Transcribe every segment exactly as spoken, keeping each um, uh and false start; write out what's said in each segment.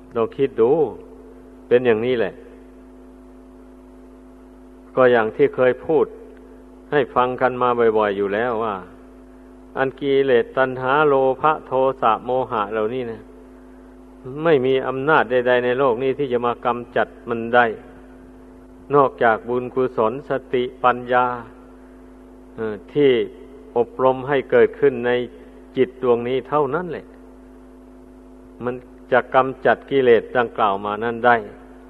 ลองคิดดูเป็นอย่างนี้แหละก็อย่างที่เคยพูดให้ฟังกันมาบ่อยๆอยู่แล้วว่าอันกิเลสตัณหาโลภะโทสะโมหะเหล่านี้นะไม่มีอำนาจใดๆในโลกนี้ที่จะมากำจัดมันได้นอกจากบุญกุศลสติปัญญาที่อบรมให้เกิดขึ้นในจิตดวงนี้เท่านั้นแหละมันจะกำจัดกิเลสดังกล่าวมานั้นได้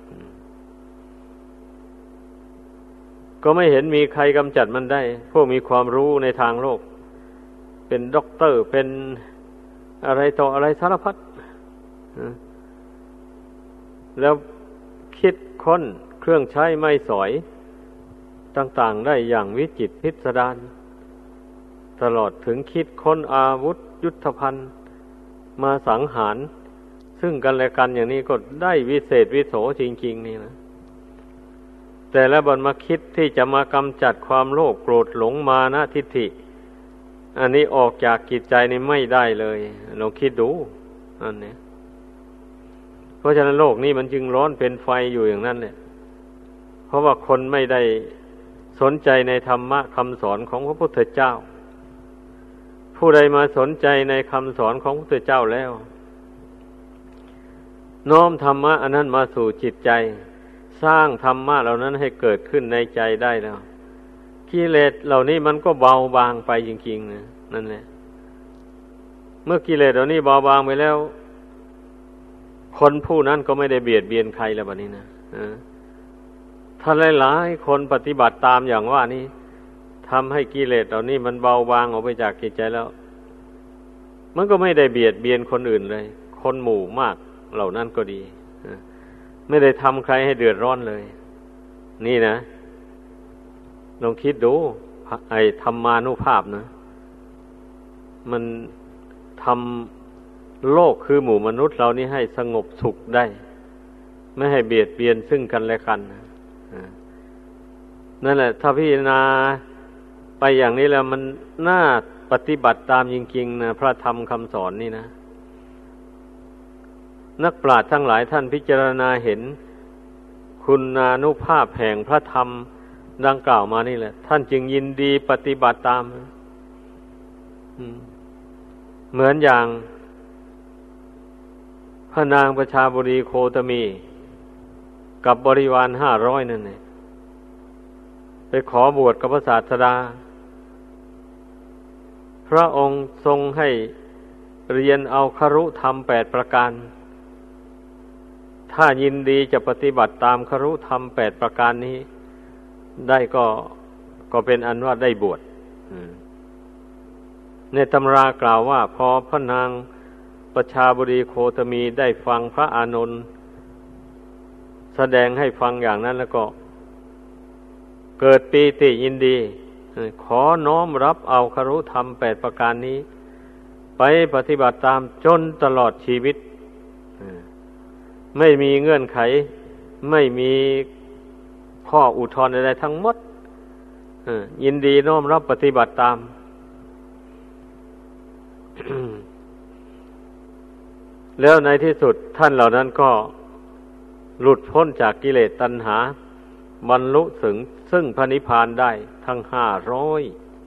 ก็ไม่เห็นมีใครกำจัดมันได้พวกมีความรู้ในทางโลกเป็นด็อกเตอร์เป็นอะไรต่ออะไรสารพัดแล้วคิดค้นเครื่องใช้ไม้สอยต่างๆได้อย่างวิจิตรพิสดารตลอดถึงคิดค้นอาวุธยุทโธภัณฑ์มาสังหารซึ่งกันและกันอย่างนี้ก็ได้วิเศษวิโสจริงๆนี่นะแต่ละบัดมาคิดที่จะมากำจัดความโลภโกรธหลงมานะทิฏฐิอันนี้ออกจากจิตใจนี่ไม่ได้เลยลองคิดดูอันนี้เพราะฉะนั้นโลกนี้มันจึงร้อนเป็นไฟอยู่อย่างนั้นเนี่ยเพราะว่าคนไม่ได้สนใจในธรรมะคำสอนของพระพุทธเจ้าผู้ใดมาสนใจในคำสอนของพระพุทธเจ้าแล้วน้อมธรรมะอันนั้นมาสู่จิตใจสร้างธรรมะเหล่านั้นให้เกิดขึ้นในใจได้แล้วกิเลสเหล่านี้มันก็เบาบางไปจริงๆนะนั่นแหละเมื่อกิเลสเหล่านี้เบาบางไปแล้วคนผู้นั้นก็ไม่ได้เบียดเบียนใครแล้วบัดนี้นะถ้าหลายๆคนปฏิบัติตามอย่างว่านี้ทำให้กิเลสเหล่านี้มันเบาบางออกไปจากจิตใจแล้วมันก็ไม่ได้เบียดเบียนคนอื่นเลยคนหมู่มากเหล่านั้นก็ดีไม่ได้ทำใครให้เดือดร้อนเลยนี่นะลองคิดดูไอ้ธรรมานุภาพนะมันทำโลกคือหมู่มนุษย์เรานี่ให้สงบสุขได้ไม่ให้เบียดเบียนซึ่งกันและกันนั่นแหละถ้าพิจารณาไปอย่างนี้แล้วมันน่าปฏิบัติตามจริงๆนะพระธรรมคำสอนนี่นะนักปราชญ์ทั้งหลายท่านพิจารณาเห็นคุณานุภาพแห่งพระธรรมดังกล่าวมานี่แหละท่านจึงยินดีปฏิบัติตามเหมือนอย่างพระนางประชาบดีโคตมีกับบริวารห้าร้อยนั่นเองไปขอบวชกับพระศาสดาพระองค์ทรงให้เรียนเอาครุธรรมแปดประการถ้ายินดีจะปฏิบัติตามครุธรรมแปดประการนี้ได้ก็ก็เป็นอันว่าได้บวชในตำรากล่าวว่าพอพระนางประชาบดีโคตมีได้ฟังพระอานนท์แสดงให้ฟังอย่างนั้นแล้วก็เกิดปีติยินดีขอน้อมรับเอาครุธรรมแปดประการนี้ไปปฏิบัติตามจนตลอดชีวิตไม่มีเงื่อนไขไม่มีข้ออุทธรณ์ใดๆทั้งหมดยินดีน้อมรับปฏิบัติตาม แล้วในที่สุดท่านเหล่านั้นก็หลุดพ้นจากกิเลสตัณหาบรรลุถึงซึ่งพระนิพพานได้ทั้งห้าร้อย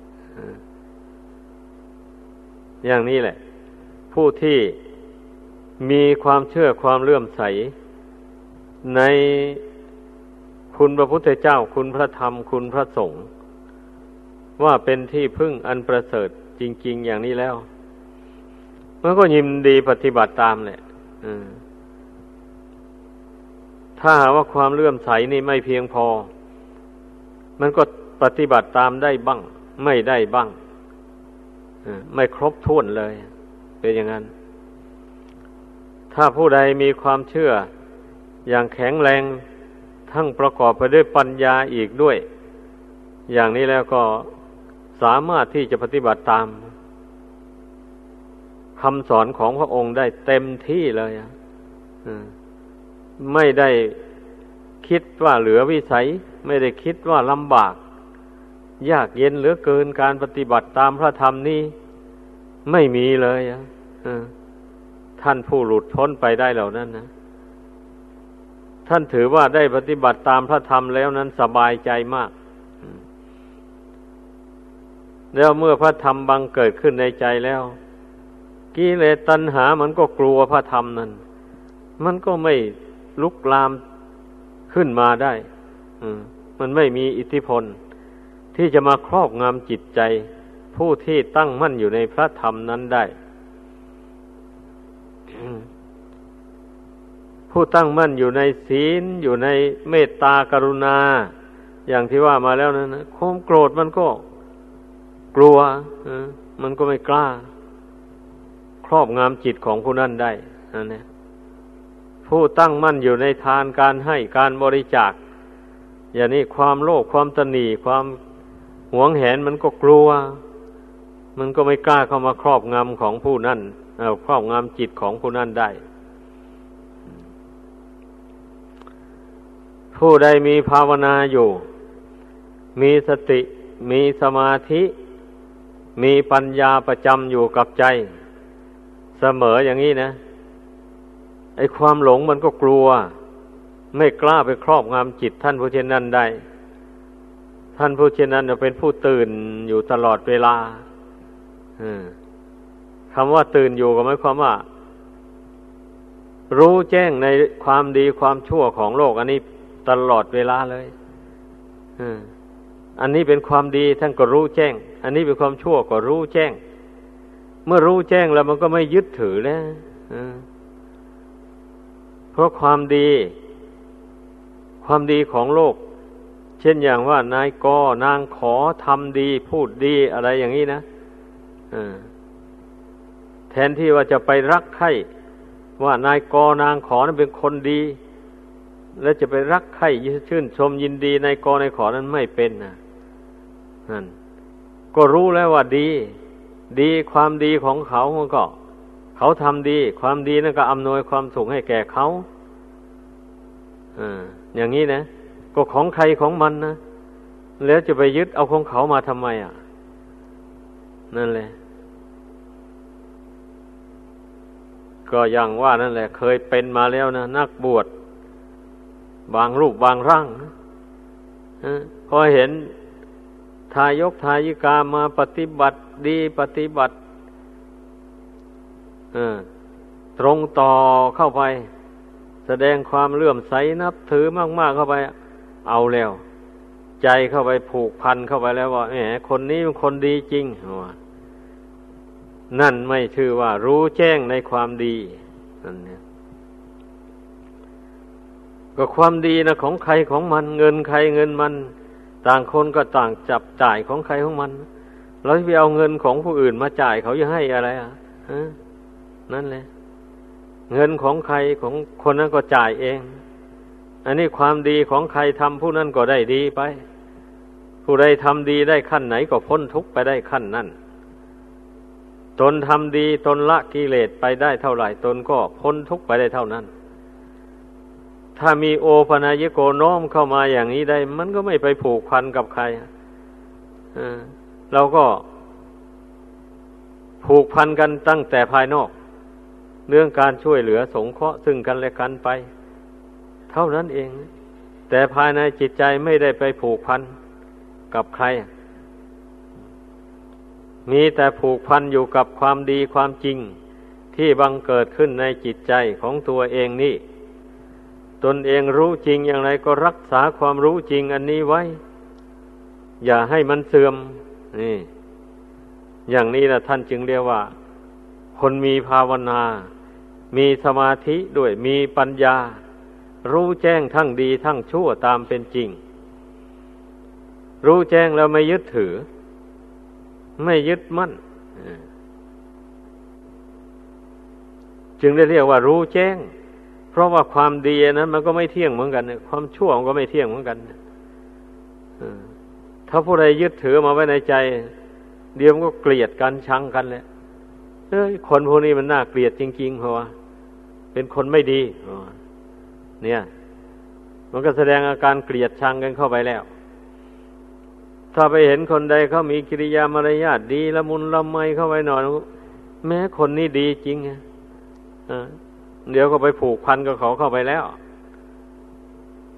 อย่างนี้แหละผู้ที่มีความเชื่อความเลื่อมใสในคุณพระพุทธเจ้าคุณพระธรรมคุณพระสงฆ์ว่าเป็นที่พึ่งอันประเสริฐจริงๆอย่างนี้แล้วมันก็ยินดีปฏิบัติตามแหละถ้าหากว่าความเลื่อมใสนี่ไม่เพียงพอมันก็ปฏิบัติตามได้บ้างไม่ได้บ้างไม่ครบถ้วนเลยเป็นอย่างนั้นถ้าผู้ใดมีความเชื่ออย่างแข็งแรงทั้งประกอบไปด้วยปัญญาอีกด้วยอย่างนี้แล้วก็สามารถที่จะปฏิบัติตามคำสอนของพระองค์ได้เต็มที่เลยไม่ได้คิดว่าเหลือวิสัยไม่ได้คิดว่าลำบากยากเย็นเหลือเกินการปฏิบัติตามพระธรรมนี้ไม่มีเลยท่านผู้หลุดพ้นไปได้เหล่านั้นนะท่านถือว่าได้ปฏิบัติตามพระธรรมแล้วนั้นสบายใจมากแล้วเมื่อพระธรรมบังเกิดขึ้นในใจแล้วกิเลสตัณหามันก็กลัวพระธรรมนั้นมันก็ไม่ลุกลามขึ้นมาได้มันไม่มีอิทธิพลที่จะมาครอบงำจิตใจผู้ที่ตั้งมั่นอยู่ในพระธรรมนั้นได้ผู้ตั้งมั่นอยู่ในศีลอยู่ในเมตตากรุณาอย่างที่ว่ามาแล้วนั้นนะความโกรธมันก็กลัวมันก็ไม่กล้าครอบงำจิตของผู้นั้นได้นั่นแหละผู้ตั้งมั่นอยู่ในทานการให้การบริจาคอย่างนี้ความโลภความตณีความหวงแหนมันก็กลัวมันก็ไม่กล้าเข้ามาครอบงำของผู้นั้นเอาครอบงำจิตของผู้นั้นได้ผู้ใดมีภาวนาอยู่มีสติมีสมาธิมีปัญญาประจำอยู่กับใจเสมออย่างนี้นะไอ้ความหลงมันก็กลัวไม่กล้าไปครอบงำจิตท่านผู้เช่นนั้นได้ท่านผู้เช่นนั้นจะเป็นผู้ตื่นอยู่ตลอดเวลาคำว่าตื่นอยู่ก็หมายความว่ารู้แจ้งในความดีความชั่วของโลกอันนี้ตลอดเวลาเลยอันนี้เป็นความดีท่านก็รู้แจ้งอันนี้เป็นความชั่วก็รู้แจ้งเมื่อรู้แจ้งแล้วมันก็ไม่ยึดถือแล้วเพราะความดีความดีของโลกเช่นอย่างว่านายกนางขอทำดีพูดดีอะไรอย่างนี้นะแทนที่ว่าจะไปรักใคร่ว่านายกนางขอนั้นเป็นคนดีแล้วจะไปรักใคร่ชื่นชมยินดีนายกนายขอนั้นไม่เป็นนะนั่นก็รู้แล้วว่าดีดีความดีของเขามันก็เขาทำดีความดีนั่นก็อำนวยความสุขให้แก่เขาอ่าอย่างนี้นะก็ของใครของมันนะแล้วจะไปยึดเอาของเขามาทำไมอ่ะนั่นแหละก็อย่างว่านั่นแหละเคยเป็นมาแล้วนะนักบวชบางรูปบางร่างนะพอเห็นทายกทายิกามาปฏิบัติดีปฏิบัติตรงต่อเข้าไปแสดงความเลื่อมใสนับถือมากๆเข้าไปเอาแล้วใจเข้าไปผูกพันเข้าไปแล้วว่าแหมคนนี้เป็นคนดีจริงนั่นไม่ชื่อว่ารู้แจ้งในความดีนั่นเนี่ยก็ความดีนะของใครของมันเงินใครเงินมันต่างคนก็ต่างจับจ่ายของใครของมันเราจะไปเอาเงินของผู้อื่นมาจ่ายเขาจะให้อะไรอ่ะนั่นแหละเงินของใครของคนนั้นก็จ่ายเองอันนี้ความดีของใครทำผู้นั้นก็ได้ดีไปผู้ใดทำดีได้ขั้นไหนก็พ้นทุกข์ไปได้ขั้นนั้นตนทำดีตนละกิเลสไปได้เท่าไหร่ตนก็พ้นทุกข์ไปได้เท่านั้นถ้ามีโอปนายโกโน้มเข้ามาอย่างนี้ได้มันก็ไม่ไปผูกพันกับใครเราก็ผูกพันกันตั้งแต่ภายนอกเรื่องการช่วยเหลือสงเคราะห์ซึ่งกันและกันไปเท่านั้นเองแต่ภายในจิตใจไม่ได้ไปผูกพันกับใครมีแต่ผูกพันอยู่กับความดีความจริงที่บังเกิดขึ้นในจิตใจของตัวเองนี่ตนเองรู้จริงอย่างไรก็รักษาความรู้จริงอันนี้ไว้อย่าให้มันเสื่อมนี่อย่างนี้นะท่านจึงเรียกว่าคนมีภาวนามีสมาธิด้วยมีปัญญารู้แจ้งทั้งดีทั้งชั่วตามเป็นจริงรู้แจ้งแล้วไม่ยึดถือไม่ยึดมั่นจึงได้เรียกว่ารู้แจ้งเพราะว่าความดีนั้นมันก็ไม่เที่ยงเหมือนกันความชั่วมันก็ไม่เที่ยงเหมือนกันถ้าผู้ใดยึดถือมาไว้ในใจเดี๋ยวมันก็เกลียดกันชังกันแหละเอ้ยคนพวกนี้มันน่าเกลียดจริงๆเพราะว่าเป็นคนไม่ดีเนี่ยมันก็แสดงอาการเกลียดชังกันเข้าไปแล้วถ้าไปเห็นคนใดเขามีกิริยามารยาทดีละมุนละไมเข้าไปหน่อยแม้คนนี้ดีจริงอ่ะเดี๋ยวก็ไปผูกพันกับเขาเข้าไปแล้ว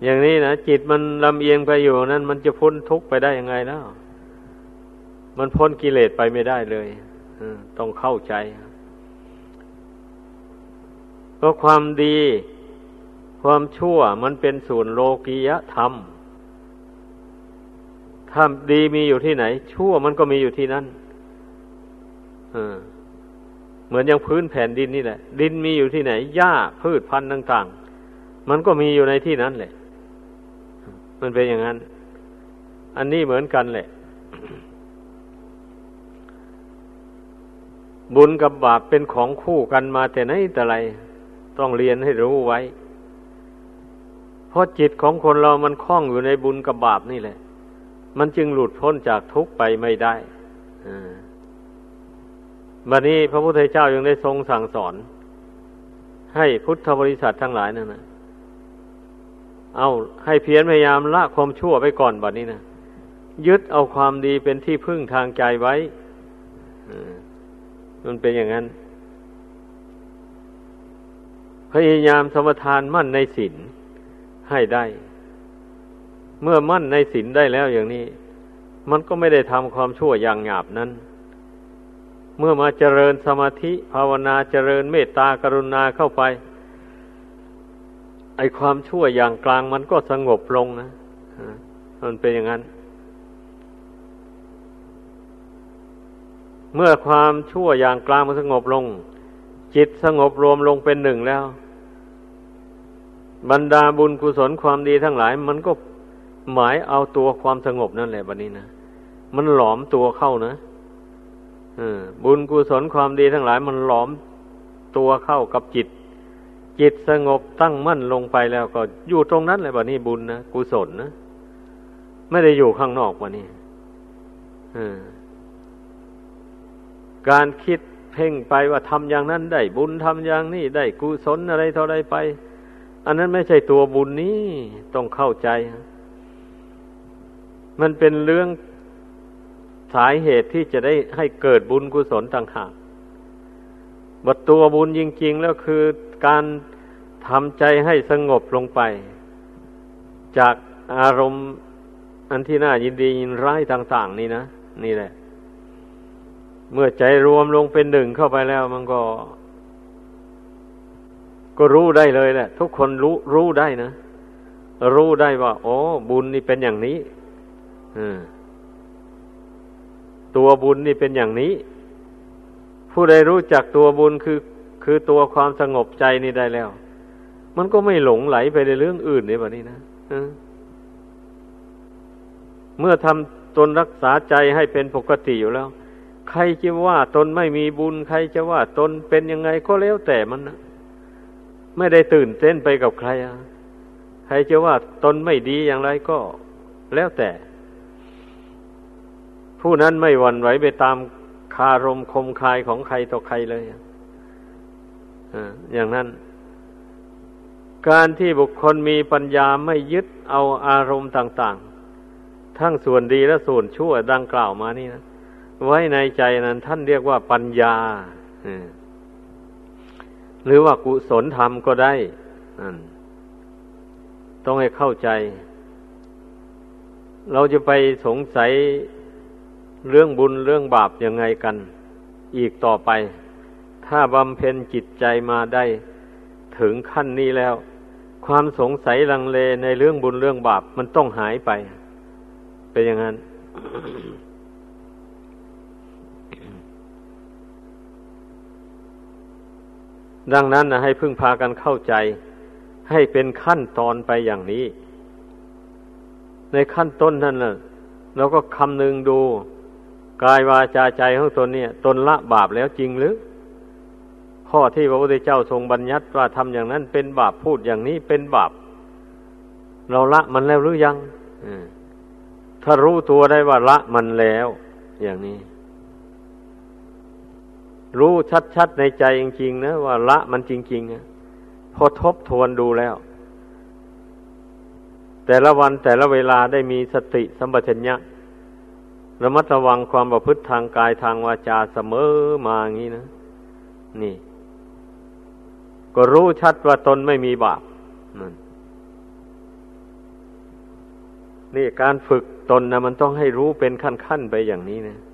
อย่างนี้นะจิตมันลำเอียงไปอยู่นั้นมันจะพ้นทุกข์ไปได้ยังไงแล้วมันพ้นกิเลสไปไม่ได้เลยต้องเข้าใจก็ความดีความชั่วมันเป็นส่วนโลกียธรรมถ้าดีมีอยู่ที่ไหนชั่วมันก็มีอยู่ที่นั่นเหมือนอย่างพื้นแผ่นดินนี่แหละดินมีอยู่ที่ไหนหญ้าพืชพันธุ์ต่างๆมันก็มีอยู่ในที่นั้นแหละมันเป็นอย่างนั้นอันนี้เหมือนกันแหละบุญกับบาปเป็นของคู่กันมาแต่ไหนแต่ไรต้องเรียนให้รู้ไว้เพราะจิตของคนเรามันคล้องอยู่ในบุญกับบาปนี่แหละมันจึงหลุดพ้นจากทุกข์ไปไม่ได้บัดนี้พระพุทธเจ้ายังได้ทรงสั่งสอนให้พุทธบริษัททั้งหลายนั่นนะเอาให้เพียรพยายามละความชั่วไปก่อนบัดนี้นะยึดเอาความดีเป็นที่พึ่งทางใจไว้มันเป็นอย่างนั้นพยายามสมทานมั่นในศีลให้ได้เมื่อมั่นในศีลได้แล้วอย่างนี้มันก็ไม่ได้ทำความชั่วอย่างหยาบนั้นเมื่อมาเจริญสมาธิภาวนาเจริญเมตตากรุณาเข้าไปไอ้ความชั่วอย่างกลางมันก็สงบลงนะมันเป็นอย่างนั้นเมื่อความชั่วอย่างกลางมันสงบลงจิตสงบรวมลงเป็นหนึ่งแล้วบรรดาบุญกุศลความดีทั้งหลายมันก็หมายเอาตัวความสงบนั่นแหละบัดนี้นะมันหลอมตัวเข้านะบุญกุศลความดีทั้งหลายมันหลอมตัวเข้ากับจิตจิตสงบตั้งมั่นลงไปแล้วก็อยู่ตรงนั้นแหละบัดนี้บุญนะกุศลนะไม่ได้อยู่ข้างนอกบัดนี้การคิดเพ่งไปว่าทำอย่างนั้นได้บุญทำอย่างนี้ได้กุศลอะไรเท่าไรไปอันนั้นไม่ใช่ตัวบุญนี้ต้องเข้าใจมันเป็นเรื่องสาเหตุที่จะได้ให้เกิดบุญกุศลต่างหากบัดตัวบุญจริงๆแล้วคือการทำใจให้สงบลงไปจากอารมณ์อันที่น่ายินดียินร้ายต่างๆนี่นะนี่แหละเมื่อใจรวมลงเป็นหนึ่งเข้าไปแล้วมันก็ก็รู้ได้เลยแหละทุกคนรู้รู้ได้นะรู้ได้ว่าอ๋อบุญนี่เป็นอย่างนี้ตัวบุญนี่เป็นอย่างนี้ผู้ใดรู้จักตัวบุญคือคือตัวความสงบใจนี่ได้แล้วมันก็ไม่หลงไหลไปในเรื่องอื่นในแบบนี้นะเมื่อทำตนรักษาใจให้เป็นปกติอยู่แล้วใครจะว่าตนไม่มีบุญใครจะว่าตนเป็นยังไงก็แล้วแต่มันนะไม่ได้ตื่นเต้นไปกับใครอ่ะใครจะว่าตนไม่ดีอย่างไรก็แล้วแต่ผู้นั้นไม่หวั่นไหวไปตามคารมคมคายของใครต่อใครเลยอ่ะอย่างนั้นการที่บุคคลมีปัญญาไม่ยึดเอาอารมณ์ต่างๆทั้งส่วนดีและส่วนชั่วดังกล่าวมานี่นะไว้ในใจนั้นท่านเรียกว่าปัญญาหรือว่ากุศลธรรมก็ได้ต้องให้เข้าใจเราจะไปสงสัยเรื่องบุญเรื่องบาปยังไงกันอีกต่อไปถ้าบำเพ็ญจิตใจมาได้ถึงขั้นนี้แล้วความสงสัยลังเลในเรื่องบุญเรื่องบาปมันต้องหายไปเป็นอย่างนั้น ดังนั้นนะให้พึ่งพากันเข้าใจให้เป็นขั้นตอนไปอย่างนี้ในขั้นต้นนั่นน่ะเราก็คำนึงดูกายวาจาใจของตนเนี่ยตนละบาปแล้วจริงหรือข้อที่พระพุทธเจ้าทรงบัญญัติว่าทำอย่างนั้นเป็นบาปพูดอย่างนี้เป็นบาปเราละมันแล้วหรือยังถ้ารู้ตัวได้ว่าละมันแล้วอย่างนี้รู้ชัดๆในใจจริงๆนะว่าละมันจริงๆนะพอทบทวนดูแล้วแต่ละวันแต่ละเวลาได้มีสติสัมปชัญญะระมัดระวังความประพฤติทางกายทางวาจาเสมอมาอย่างนี้นะนี่ก็รู้ชัดว่าตนไม่มีบาปนั่นนี่การฝึกตนนะมันต้องให้รู้เป็นขั้นๆไปอย่างนี้นะ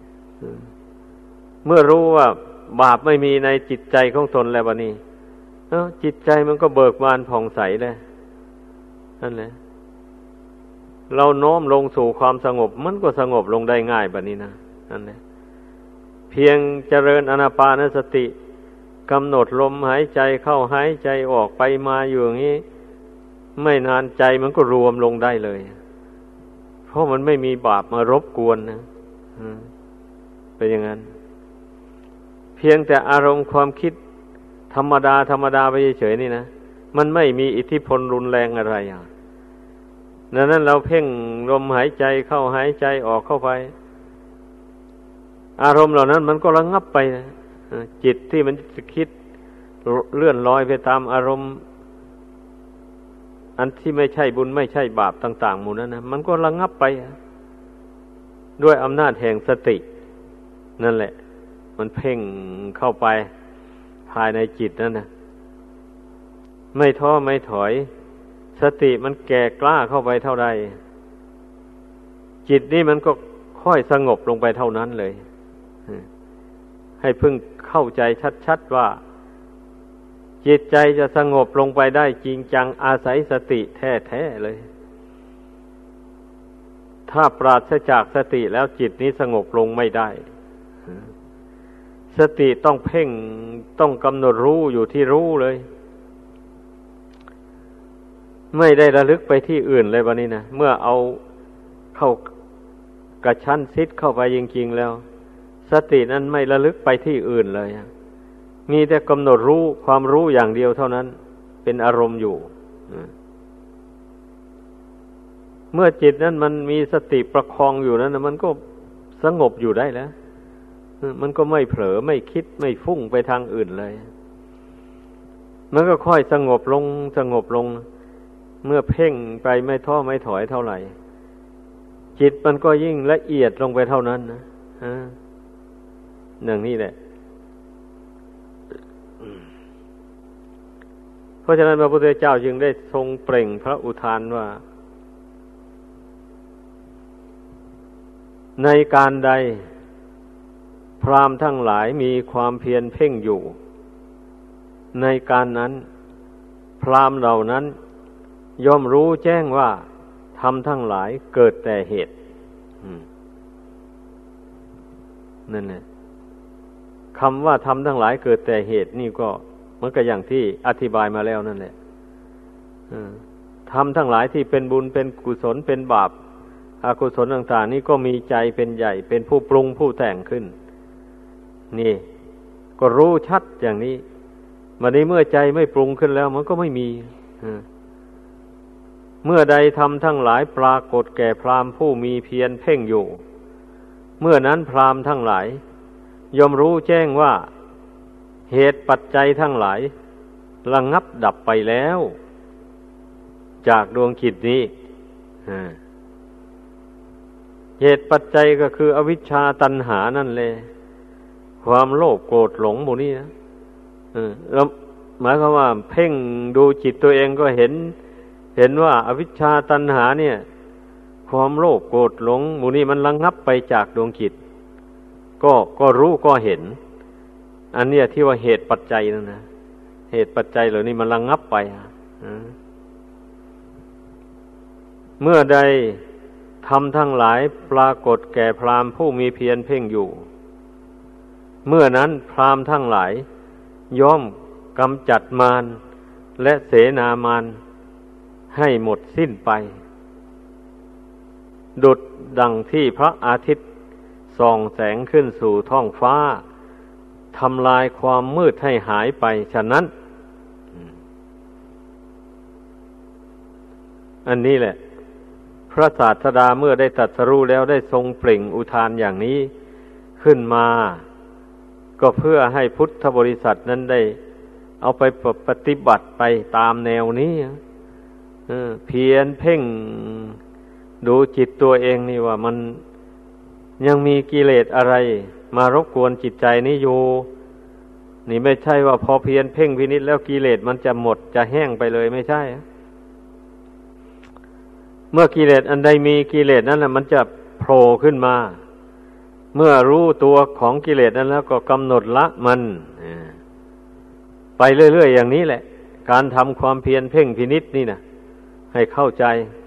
เมื่อรู้ว่าบาปไม่มีในจิตใจของตนแล้ววะนี่เอ้าจิตใจมันก็เบิกบานผ่องใสเลยนั่นแหละเราโน้มลงสู่ความสงบมันก็สงบลงได้ง่ายแบบนี้นะนั่นแหละเพียงเจริญอานาปานสติกำหนดลมหายใจเข้าหายใจออกไปมาอยู่อย่างนี้ไม่นานใจมันก็รวมลงได้เลยเพราะมันไม่มีบาปมารบกวนนะเป็นอย่างนั้นเพียงแต่อารมณ์ความคิดธรรมดาธรรมดาไปเฉยๆนี่นะมันไม่มีอิทธิพลรุนแรงอะไรอ่ะดังนั้นเราเพ่งลมหายใจเข้าหายใจออกเข้าไปอารมณ์เหล่านั้นมันก็ระงับไปนะจิตที่มันจะคิดเลื่อนลอยไปตามอารมณ์อันที่ไม่ใช่บุญไม่ใช่บาปต่างๆหมู่นั้นนะมันก็ระงับไปด้วยอำนาจแห่งสตินั่นแหละมันเพ่งเข้าไปภายในจิตนั่นนะไม่ท้อไม่ถอยสติมันแก่กล้าเข้าไปเท่าใดจิตนี่มันก็ค่อยสงบลงไปเท่านั้นเลยให้พึงเข้าใจชัดๆว่าจิตใจจะสงบลงไปได้จริงจังอาศัยสติแท้ๆเลยถ้าปราศจากสติแล้วจิตนี้สงบลงไม่ได้สติต้องเพ่งต้องกำหนดรู้อยู่ที่รู้เลยไม่ได้ระลึกไปที่อื่นเลยวันนี้นะเมื่อเอาเข้ากระชั้นซิดเข้าไปจริงๆแล้วสตินั้นไม่ระลึกไปที่อื่นเลยมีแต่กำหนดรู้ความรู้อย่างเดียวเท่านั้นเป็นอารมณ์อยู่เมื่อจิตนั้นมันมีสติประคองอยู่นั้นมันก็สงบอยู่ได้แล้วมันก็ไม่เผลอไม่คิดไม่ฟุ้งไปทางอื่นเลยมันก็ค่อยสงบลงสงบลงเมื่อเพ่งไปไม่ท้อไม่ถอยเท่าไหร่จิตมันก็ยิ่งละเอียดลงไปเท่านั้นนะอย่างนี้แหละเพราะฉะนั้นพระพุทธเจ้าจึงได้ทรงเปล่งพระอุทานว่าในการใดพราหมณ์ทั้งหลายมีความเพียรเพ่งอยู่ในการนั้นพราหมณ์เหล่านั้นย่อมรู้แจ้งว่าธรรมทั้งหลายเกิดแต่เหตุนั่นแหละคำว่าธรรมทั้งหลายเกิดแต่เหตุนี่ก็มันก็อย่างที่อธิบายมาแล้วนั่นแหละธรรมทั้งหลายที่เป็นบุญเป็นกุศลเป็นบาปอกุศลต่างๆนี่ก็มีใจเป็นใหญ่เป็นผู้ปรุงผู้แต่งขึ้นนี่ก็รู้ชัดอย่างนี้วันนี้เมื่อใจไม่ปรุงขึ้นแล้วมันก็ไม่มีเมื่อใดธรรมทั้งหลายปรากฏแก่พราหมณ์ผู้มีเพียรเพ่งอยู่เมื่อนั้นพราหมณ์ทั้งหลายย่อมรู้แจ้งว่าเหตุปัจจัยทั้งหลายระงับดับไปแล้วจากดวงจิตนี้เหตุปัจจัยก็คืออวิชชาตัณหานั่นเลยความโลภโกรธหลงหมู่นี้นะแล้วหมายความว่าเพ่งดูจิตตัวเองก็เห็นเห็นว่าอวิชชาตัณหาเนี่ยความโลภโกรธหลงหมู่นี้มันระงับไปจากดวงจิตก็ก็รู้ก็เห็นอันเนี้ยที่ว่าเหตุปัจจัยนั่นนะเหตุปัจจัยเหล่านี้มันระงับไปเมื่อใดธรรมทั้งหลายปรากฏแก่พราหมณ์ผู้มีเพียรเพ่งอยู่เมื่อนั้นพราหมณ์ทั้งหลายย่อมกำจัดมารและเสนามารให้หมดสิ้นไปดุจดังที่พระอาทิตย์ส่องแสงขึ้นสู่ท้องฟ้าทำลายความมืดให้หายไปฉะนั้นอันนี้แหละพระศาสดาเมื่อได้ตรัสรู้แล้วได้ทรงเปล่งอุทานอย่างนี้ขึ้นมาก็เพื่อให้พุทธบริษัทนั้นได้เอาไปปฏิบัติไปตามแนวนี้เพียรเพ่งดูจิตตัวเองนี่ว่ามันยังมีกิเลสอะไรมารบกวนจิตใจนี้อยู่นี่ไม่ใช่ว่าพอเพียรเพ่งพินิจแล้วกิเลสมันจะหมดจะแห้งไปเลยไม่ใช่เมื่อกิเลสอันใดมีกิเลสนั้นแหละมันจะโผล่ขึ้นมาเมื่อรู้ตัวของกิเลสนั้นแล้วก็กำหนดละมันไปเรื่อยๆอย่างนี้แหละการทำความเพียรเพ่งพินิจนี่นะให้เข้าใจ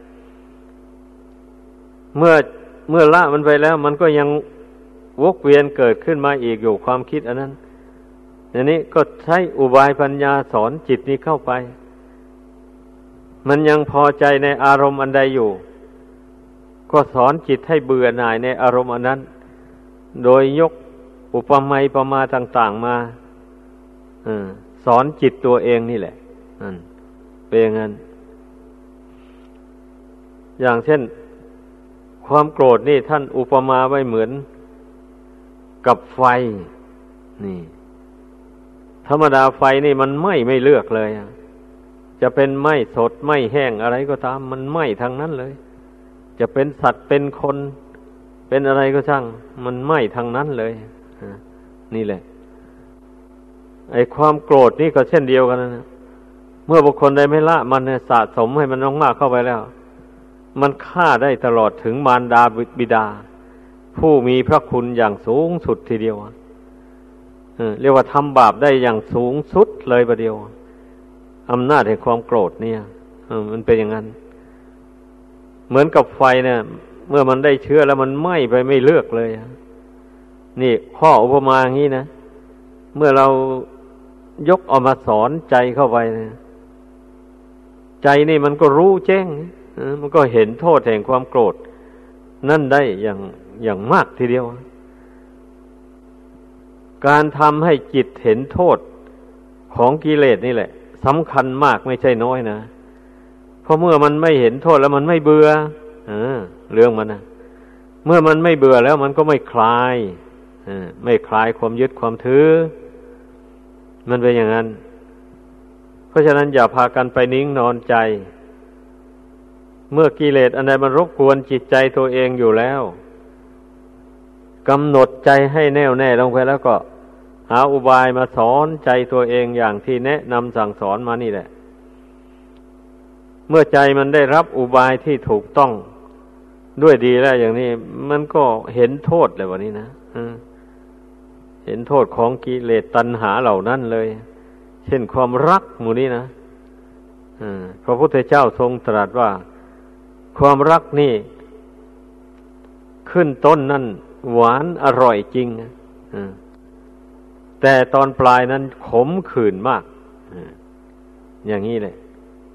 เมื่อเมื่อละมันไปแล้วมันก็ยังวกเวียนเกิดขึ้นมาอีกอยู่ความคิดอันนั้นอย่างนี้ก็ใช้อุบายปัญญาสอนจิตนี้เข้าไปมันยังพอใจในอารมณ์อันใดอยู่ก็สอนจิตให้เบื่อหน่ายในอารมณ์อันนั้นโดยยกอุปมาอุปมาต่างๆมาสอนจิตตัวเองนี่แหละเป็นอย่างนั้นอย่างเช่นความโกรธนี่ท่านอุปมาไว้เหมือนกับไฟนี่ธรรมดาไฟนี่มันไหม้ไม่เลือกเลยจะเป็นไหม้สดไหม้แห้งอะไรก็ตามมันไหม้ทั้งนั้นเลยจะเป็นสัตว์เป็นคนเป็นอะไรก็ช่างมันไหม้ทั้งนั้นเลยนี่แหละไอ้ความโกรธนี่ก็เช่นเดียวกันนะเมื่อบุคคลใดไม่ละมันสะสมให้มันมากๆเข้าไปแล้วมันฆ่าได้ตลอดถึงมารดาบิดาผู้มีพระคุณอย่างสูงสุดทีเดียวเออเรียกว่าทำบาปได้อย่างสูงสุดเลยประเดียวอำนาจแห่งความโกรธเนี่ยเออมันเป็นอย่างนั้นเหมือนกับไฟเนี่ยเมื่อมันได้เชื้อแล้วมันไหม้ไปไม่เลือกเลยนี่ข้ออุปมาอย่างนี้นะเมื่อเรายกเอามาสอนใจเข้าไปนะใจนี่มันก็รู้แจ้งมันก็เห็นโทษแห่งความโกรธนั่นได้อย่างอย่างมากทีเดียวการทำให้จิตเห็นโทษของกิเลสนี่แหละสำคัญมากไม่ใช่น้อยนะเพราะเมื่อมันไม่เห็นโทษแล้วมันไม่เบื่อเออเรื่องมันนะเมื่อมันไม่เบื่อแล้วมันก็ไม่คลายเออไม่คลายความยึดความถือมันเป็นอย่างนั้นเพราะฉะนั้นอย่าพากันไปนิ่งนอนใจเมื่อกิเลสอันใดมันรบกวนจิตใจตัวเองอยู่แล้วกำหนดใจให้แน่วแน่ลงไปแล้วก็หาอุบายมาสอนใจตัวเองอย่างที่แนะนำสั่งสอนมานี่แหละเมื่อใจมันได้รับอุบายที่ถูกต้องด้วยดีแล้วอย่างนี้มันก็เห็นโทษเลยวันนี้นะเห็นโทษของกิเลสตัณหาเหล่านั้นเลยเช่นความรักหมู่นี้นะพระพุทธเจ้าทรงตรัสว่าความรักนี่ขึ้นต้นนั่นหวานอร่อยจริงแต่ตอนปลายนั้นขมขื่นมากอย่างนี้เลย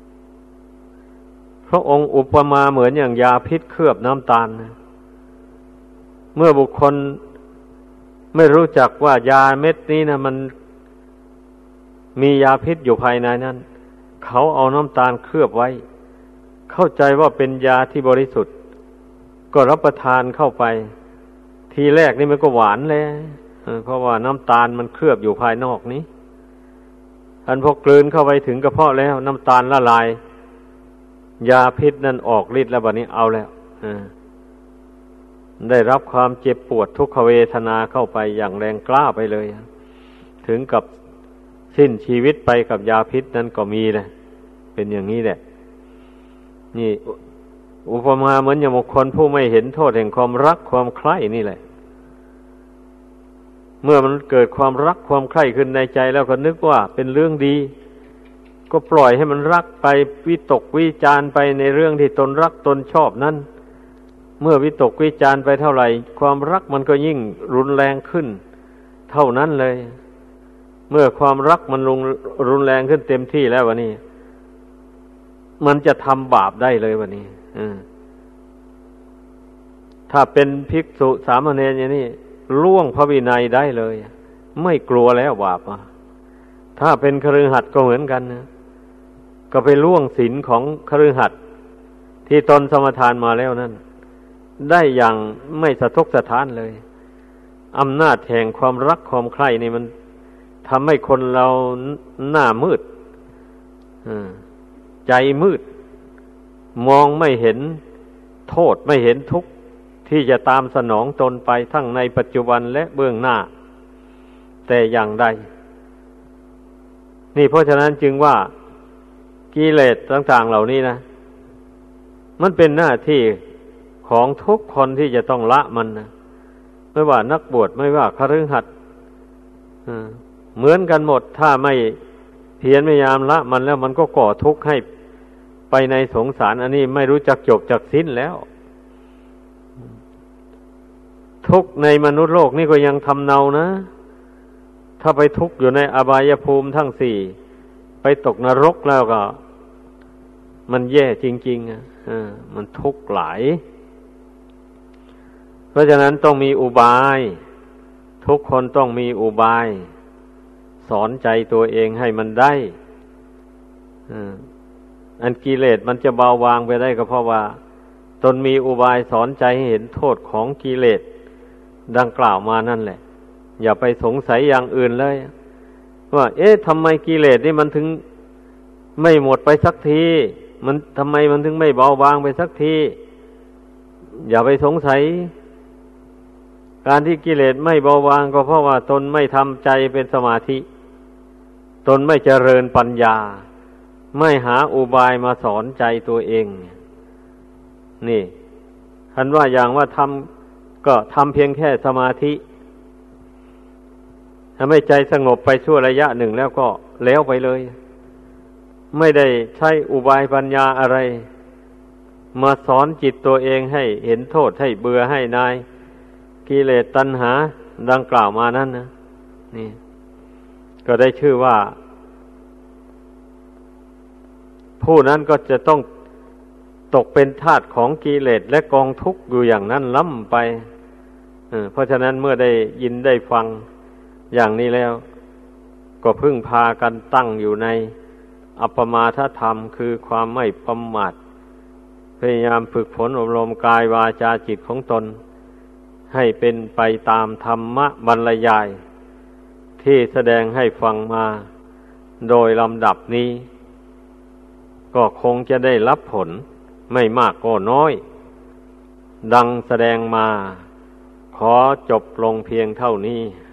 พระองค์อุปมาเหมือนอย่างยาพิษเคลือบน้ำตาลนะเมื่อบุคคลไม่รู้จักว่ายาเม็ดนี้นะมันมียาพิษอยู่ภายในนั้นเขาเอาน้ำตาลเคลือบไว้เข้าใจว่าเป็นยาที่บริสุทธิ์ก็รับประทานเข้าไปทีแรกนี่มันก็หวานเลยเพราะว่าน้ำตาลมันเคลือบอยู่ภายนอกนี้อันพอกลืนเข้าไปถึงกระเพาะแล้วน้ำตาลละลายยาพิษนั่นออกฤทธิ์แล้วบัดนี้เอาแล้วได้รับความเจ็บปวดทุกขเวทนาเข้าไปอย่างแรงกล้าไปเลยถึงกับสิ้นชีวิตไปกับยาพิษนั้นก็มีแหละเป็นอย่างนี้แหละนี่อุปมาเหมือนอย่างบุคคลผู้ไม่เห็นโทษแห่งความรักความใคร่นี่แหละเมื่อมันเกิดความรักความใคร่ขึ้นในใจแล้วก็นึกว่าเป็นเรื่องดีก็ปล่อยให้มันรักไปวิตกวิจารไปในเรื่องที่ตนรักตนชอบนั้นเมื่อวิตกวิจารไปเท่าไหร่ความรักมันก็ยิ่งรุนแรงขึ้นเท่านั้นเลยเมื่อความรักมันรุนรุนแรงขึ้นเต็มที่แล้ววะนี่มันจะทำบาปได้เลยวะนี่ถ้าเป็นภิกษุสามเณรอย่างนี้ล่วงพระวินัยได้เลยไม่กลัวแล้วบาปถ้าเป็นคฤหัสถ์ก็เหมือนกันนะก็ไปล่วงศีลของคฤหัสถ์ที่ตนสมาทานมาแล้วนั่นได้อย่างไม่สะทกสะท้านเลยอำนาจแห่งความรักความใคร่นี่มันทำให้คนเราหน้ามืดใจมืดมองไม่เห็นโทษไม่เห็นทุกข์ที่จะตามสนองตนไปทั้งในปัจจุบันและเบื้องหน้าแต่อย่างใดนี่เพราะฉะนั้นจึงว่ากิเลสต่างๆเหล่านี้นะมันเป็นหน้าที่ของทุกคนที่จะต้องละมันนะไม่ว่านักบวชไม่ว่าคฤหัสถ์เหมือนกันหมดถ้าไม่เพียรพยายามละมันแล้วมันก็ก่อทุกข์ให้ไปในสงสารอันนี้ไม่รู้จักจบจักสิ้นแล้วทุกข์ในมนุษย์โลกนี่ก็ยังทำเนานะถ้าไปทุกข์อยู่ในอบายภูมิทั้งสี่ไปตกนรกแล้วก็มันแย่จริงๆอ่ะมันทุกข์หลายเพราะฉะนั้นต้องมีอุบายทุกคนต้องมีอุบายสอนใจตัวเองให้มันได้อันกิเลสมันจะเบาบางไปได้ก็เพราะว่าตนมีอุบายสอนใจให้เห็นโทษของกิเลสดังกล่าวมานั่นแหละอย่าไปสงสัยอย่างอื่นเลยว่าเอ๊ะทำไมกิเลสนี่มันถึงไม่หมดไปสักทีมันทำไมมันถึงไม่เบาบางไปสักทีอย่าไปสงสัยการที่กิเลสไม่เบาบางก็เพราะว่าตนไม่ทำใจเป็นสมาธิตนไม่เจริญปัญญาไม่หาอุบายมาสอนใจตัวเองนี่คันว่าอย่างว่าทำก็ทำเพียงแค่สมาธิทำให้ใจสงบไปชั่วระยะหนึ่งแล้วก็แล้วไปเลยไม่ได้ใช้อุบายปัญญาอะไรมาสอนจิตตัวเองให้เห็นโทษให้เบื่อให้นายกิเลสตัณหาดังกล่าวมานั้นนะนี่ก็ได้ชื่อว่าผู้นั้นก็จะต้องตกเป็นทาสของกิเลสและกองทุกข์อยู่อย่างนั้นล้ำไปเออเพราะฉะนั้นเมื่อได้ยินได้ฟังอย่างนี้แล้วก็พึ่งพากันตั้งอยู่ในอัปปมาทธรรมคือความไม่ประมาทพยายามฝึกฝนอบรมกายวาจาจิตของตนให้เป็นไปตามธรรมะบรรยายที่แสดงให้ฟังมาโดยลำดับนี้ก็คงจะได้รับผลไม่มากก็น้อยดังแสดงมาขอจบลงเพียงเท่านี้